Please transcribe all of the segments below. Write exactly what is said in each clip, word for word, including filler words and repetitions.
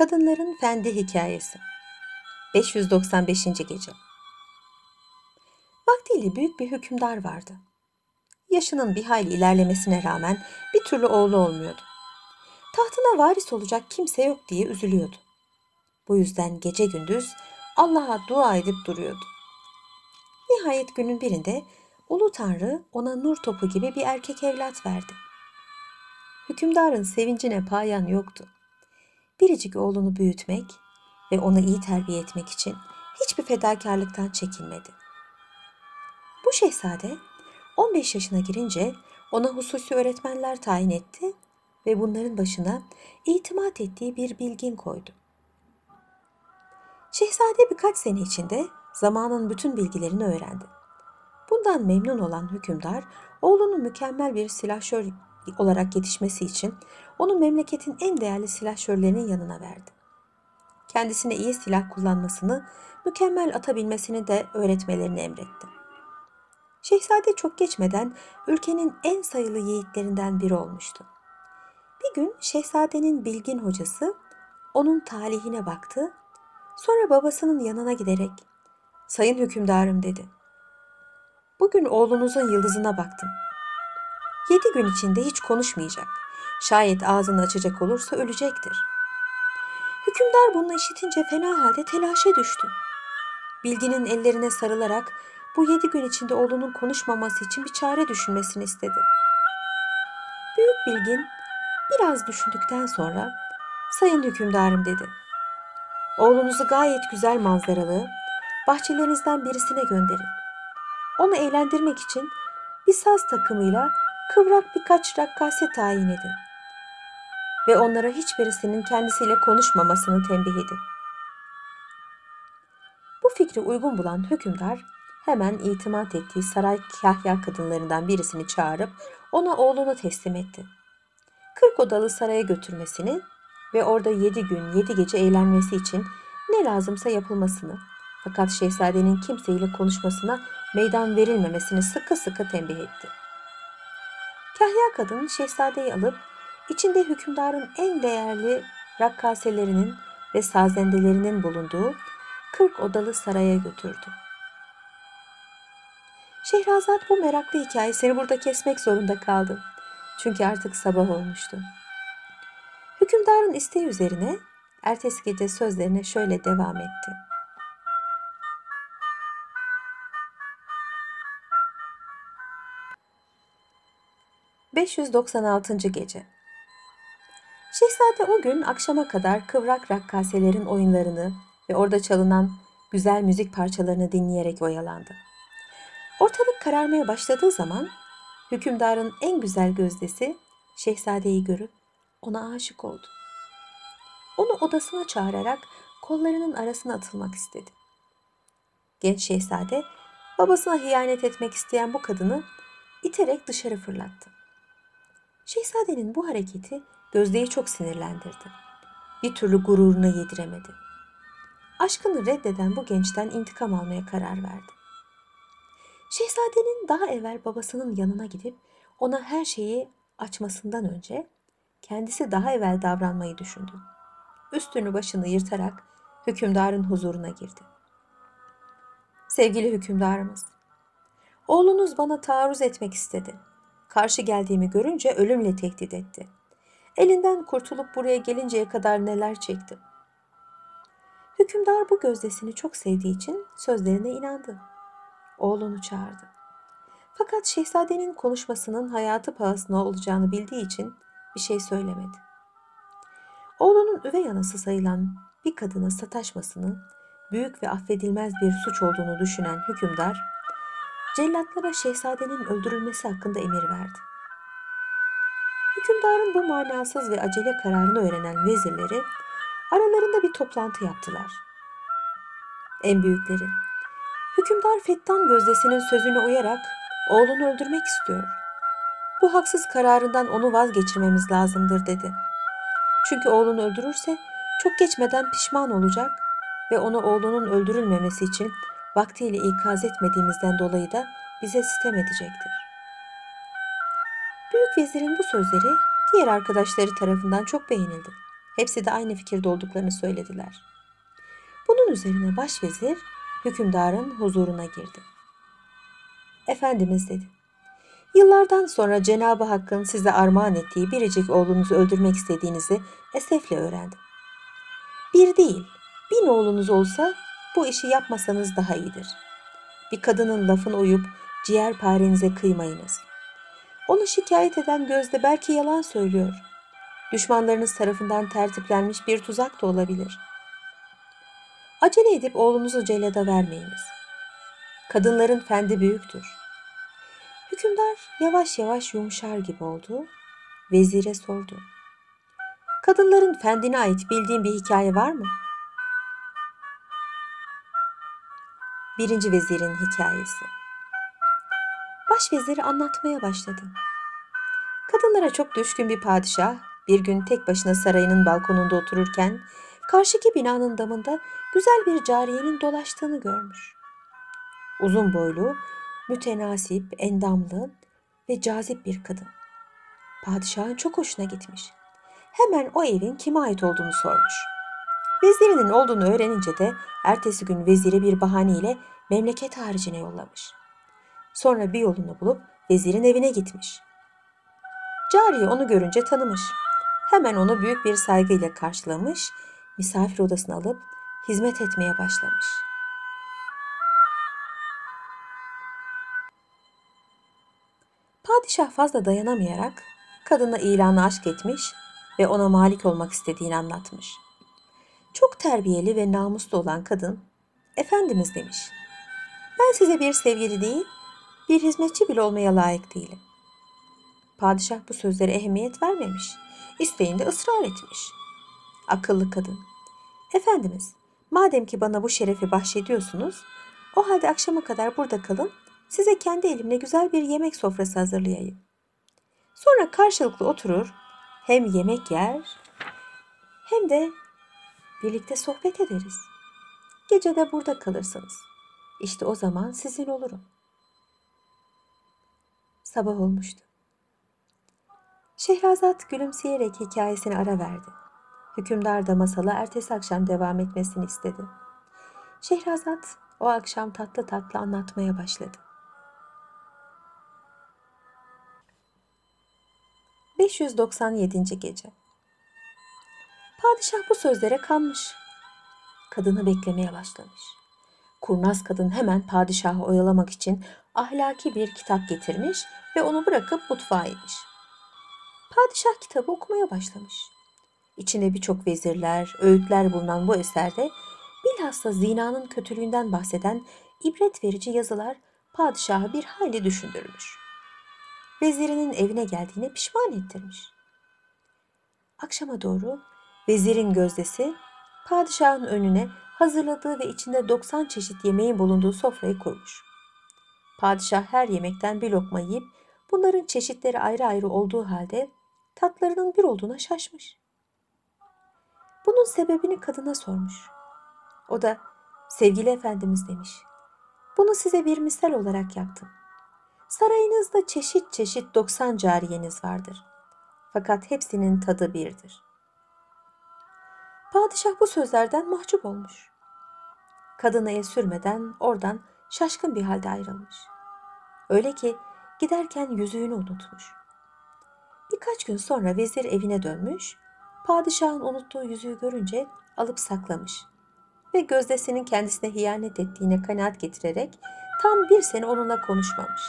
Kadınların Fendi Hikayesi. beş yüz doksan beşinci. Gece. Vaktiyle büyük bir hükümdar vardı. Yaşının bir hayli ilerlemesine rağmen bir türlü oğlu olmuyordu. Tahtına varis olacak kimse yok diye üzülüyordu. Bu yüzden gece gündüz Allah'a dua edip duruyordu. Nihayet günün birinde Ulu Tanrı ona nur topu gibi bir erkek evlat verdi. Hükümdarın sevincine payan yoktu. Biricik oğlunu büyütmek ve onu iyi terbiye etmek için hiçbir fedakarlıktan çekinmedi. Bu şehzade on beş yaşına girince ona hususi öğretmenler tayin etti ve bunların başına itimat ettiği bir bilgin koydu. Şehzade birkaç sene içinde zamanın bütün bilgilerini öğrendi. Bundan memnun olan hükümdar, oğlunun mükemmel bir silahşör olarak yetişmesi için onu memleketin en değerli silahşörlerinin yanına verdi. Kendisine iyi silah kullanmasını, mükemmel ata binmesini de öğretmelerini emretti. Şehzade çok geçmeden ülkenin en sayılı yiğitlerinden biri olmuştu. Bir gün şehzadenin bilgin hocası onun talihine baktı, sonra babasının yanına giderek "Sayın hükümdarım," dedi. "Bugün oğlunuzun yıldızına baktım. Yedi gün içinde hiç konuşmayacak. Şayet ağzını açacak olursa ölecektir." Hükümdar bunu işitince fena halde telaşa düştü. Bilginin ellerine sarılarak bu yedi gün içinde oğlunun konuşmaması için bir çare düşünmesini istedi. Büyük bilgin biraz düşündükten sonra "Sayın hükümdarım," dedi. "Oğlunuzu gayet güzel manzaralı bahçelerinizden birisine gönderin. Onu eğlendirmek için bir saz takımıyla kıvrak birkaç rakkase tayin edin ve onlara hiçbirisinin kendisiyle konuşmamasını tembih edin." Bu fikri uygun bulan hükümdar hemen itimat ettiği saray kahya kadınlarından birisini çağırıp ona oğlunu teslim etti. Kırk odalı saraya götürmesini ve orada yedi gün yedi gece eğlenmesi için ne lazımsa yapılmasını, fakat şehzadenin kimseyle konuşmasına meydan verilmemesini sıkı sıkı tembih etti. Kahya kadın şehzadeyi alıp içinde hükümdarın en değerli rakkaselerinin ve sazendelerinin bulunduğu kırk odalı saraya götürdü. Şehrazat bu meraklı hikayesini burada kesmek zorunda kaldı. Çünkü artık sabah olmuştu. Hükümdarın isteği üzerine ertesi gece sözlerine şöyle devam etti. beş yüz doksan altıncı. Gece. Şehzade o gün akşama kadar kıvrak rakkaselerin oyunlarını ve orada çalınan güzel müzik parçalarını dinleyerek oyalandı. Ortalık kararmaya başladığı zaman hükümdarın en güzel gözdesi şehzadeyi görüp ona aşık oldu. Onu odasına çağırarak kollarının arasına atılmak istedi. Genç şehzade babasına hıyanet etmek isteyen bu kadını iterek dışarı fırlattı. Şehzadenin bu hareketi Gözde'yi çok sinirlendirdi. Bir türlü gururuna yediremedi. Aşkını reddeden bu gençten intikam almaya karar verdi. Şehzadenin daha evvel babasının yanına gidip ona her şeyi açmasından önce kendisi daha evvel davranmayı düşündü. Üstünü başını yırtarak hükümdarın huzuruna girdi. "Sevgili hükümdarımız, oğlunuz bana taarruz etmek istedi. Karşı geldiğimi görünce ölümle tehdit etti. Elinden kurtulup buraya gelinceye kadar neler çektim." Hükümdar bu gözdesini çok sevdiği için sözlerine inandı. Oğlunu çağırdı. Fakat şehzadenin konuşmasının hayatı pahasına olacağını bildiği için bir şey söylemedi. Oğlunun üvey anası sayılan bir kadına sataşmasını büyük ve affedilmez bir suç olduğunu düşünen hükümdar, cellatlara şehzadenin öldürülmesi hakkında emir verdi. Hükümdarın bu manasız ve acele kararını öğrenen vezirleri aralarında bir toplantı yaptılar. En büyükleri, "Hükümdar Fettan gözdesinin sözüne uyarak oğlunu öldürmek istiyor. Bu haksız kararından onu vazgeçirmemiz lazımdır," dedi. "Çünkü oğlunu öldürürse çok geçmeden pişman olacak ve onu oğlunun öldürülmemesi için vaktiyle ikaz etmediğimizden dolayı da bize sitem edecektir." Büyük vezirin bu sözleri diğer arkadaşları tarafından çok beğenildi. Hepsi de aynı fikirde olduklarını söylediler. Bunun üzerine başvezir hükümdarın huzuruna girdi. Efendimiz dedi, yıllardan sonra Cenab-ı Hakk'ın size armağan ettiği biricik oğlunuzu öldürmek istediğinizi esefle öğrendim. Bir değil, bin oğlunuz olsa bu işi yapmasanız daha iyidir. Bir kadının lafına uyup ciğerparenize kıymayınız. Onu şikayet eden gözde belki yalan söylüyor. Düşmanlarınız tarafından tertiplenmiş bir tuzak da olabilir. Acele edip oğlunuzu cellada vermeyiniz. Kadınların fendi büyüktür. Hükümdar yavaş yavaş yumuşar gibi oldu. Vezire sordu. Kadınların fendine ait bildiğin bir hikaye var mı? Birinci vezirin hikayesi. Başvezir anlatmaya başladı. Kadınlara çok düşkün bir padişah bir gün tek başına sarayının balkonunda otururken karşıki binanın damında güzel bir cariyenin dolaştığını görmüş. Uzun boylu, mütenasip, endamlı ve cazip bir kadın. Padişahın çok hoşuna gitmiş. Hemen o evin kime ait olduğunu sormuş. Vezirinin olduğunu öğrenince de ertesi gün veziri bir bahaneyle memleket haricine yollamış. Sonra bir yolunu bulup vezirin evine gitmiş. Cariye onu görünce tanımış. Hemen onu büyük bir saygıyla karşılamış, misafir odasına alıp hizmet etmeye başlamış. Padişah fazla dayanamayarak kadına ilanı aşk etmiş ve ona malik olmak istediğini anlatmış. Çok terbiyeli ve namuslu olan kadın, Efendimiz demiş, ben size bir sevgili değil, bir hizmetçi bile olmaya layık değilim. Padişah bu sözlere ehemmiyet vermemiş, isteğinde ısrar etmiş. Akıllı kadın, Efendimiz, madem ki bana bu şerefi bahşediyorsunuz, o halde akşama kadar burada kalın, size kendi elimle güzel bir yemek sofrası hazırlayayım. Sonra karşılıklı oturur, hem yemek yer, hem de birlikte sohbet ederiz. Gece de burada kalırsınız. İşte o zaman sizin olurum. Sabah olmuştu. Şehrazat gülümseyerek hikayesine ara verdi. Hükümdar da masala ertesi akşam devam etmesini istedi. Şehrazat o akşam tatlı tatlı anlatmaya başladı. beş yüz doksan yedinci gece. Padişah bu sözlere kanmış. Kadını beklemeye başlamış. Kurnaz kadın hemen padişahı oyalamak için ahlaki bir kitap getirmiş ve onu bırakıp mutfağa inmiş. Padişah kitabı okumaya başlamış. İçinde birçok vezirler, öğütler bulunan bu eserde bilhassa zinanın kötülüğünden bahseden ibret verici yazılar padişahı bir hayli düşündürmüş. Vezirinin evine geldiğine pişman ettirmiş. Akşama doğru vezirin gözdesi padişahın önüne hazırladığı ve içinde doksan çeşit yemeğin bulunduğu sofrayı kurmuş. Padişah her yemekten bir lokma yiyip bunların çeşitleri ayrı ayrı olduğu halde tatlarının bir olduğuna şaşmış. Bunun sebebini kadına sormuş. O da sevgili efendimiz demiş. Bunu size bir misal olarak yaptım. Sarayınızda çeşit çeşit doksan cariyeniz vardır. Fakat hepsinin tadı birdir. Padişah bu sözlerden mahcup olmuş. Kadına el sürmeden oradan şaşkın bir halde ayrılmış. Öyle ki giderken yüzüğünü unutmuş. Birkaç gün sonra vezir evine dönmüş, padişahın unuttuğu yüzüğü görünce alıp saklamış ve gözdesinin kendisine hiyanet ettiğine kanaat getirerek tam bir sene onunla konuşmamış.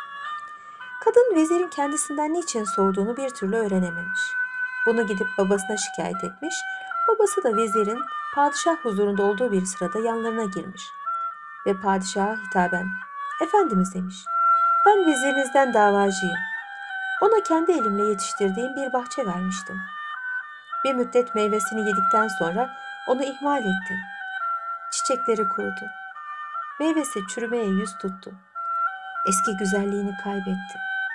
Kadın vezirin kendisinden niçin soğuduğunu bir türlü öğrenememiş. Bunu gidip babasına şikayet etmiş, babası da vezirin padişah huzurunda olduğu bir sırada yanlarına girmiş ve padişaha hitaben, Efendimiz demiş, ben vezirinizden davacıyım. Ona kendi elimle yetiştirdiğim bir bahçe vermiştim. Bir müddet meyvesini yedikten sonra onu ihmal ettim. Çiçekleri kurudu. Meyvesi çürümeye yüz tuttu. Eski güzelliğini kaybetti.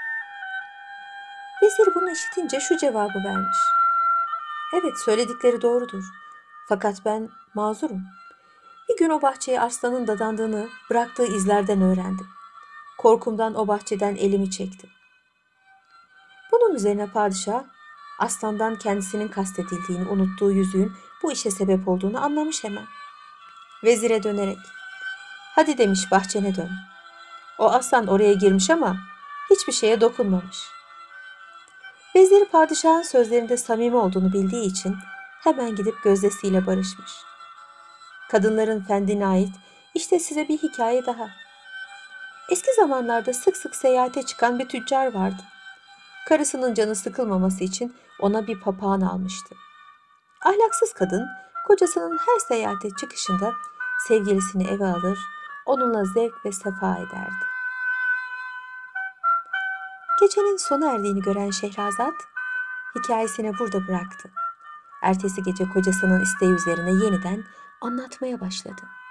Vezir bunu işitince şu cevabı vermiş. Evet, söyledikleri doğrudur. Fakat ben mazurum. Bir gün o bahçeye arslanın dadandığını bıraktığı izlerden öğrendim. Korkumdan o bahçeden elimi çektim. Bunun üzerine padişah, Aslandan kendisinin kastedildiğini unuttuğu yüzüğün bu işe sebep olduğunu anlamış hemen. Vezire dönerek, hadi demiş, bahçene dön. O aslan oraya girmiş ama hiçbir şeye dokunmamış. Vezir padişahın sözlerinde samimi olduğunu bildiği için hemen gidip gözdesiyle barışmış. Kadınların fendine ait işte size bir hikaye daha. Eski zamanlarda sık sık seyahate çıkan bir tüccar vardı. Karısının canı sıkılmaması için ona bir papağan almıştı. Ahlaksız kadın kocasının her seyahate çıkışında sevgilisini eve alır, onunla zevk ve sefa ederdi. Gecenin sona erdiğini gören Şehrazat hikayesini burada bıraktı. Ertesi gece kocasının isteği üzerine yeniden anlatmaya başladı.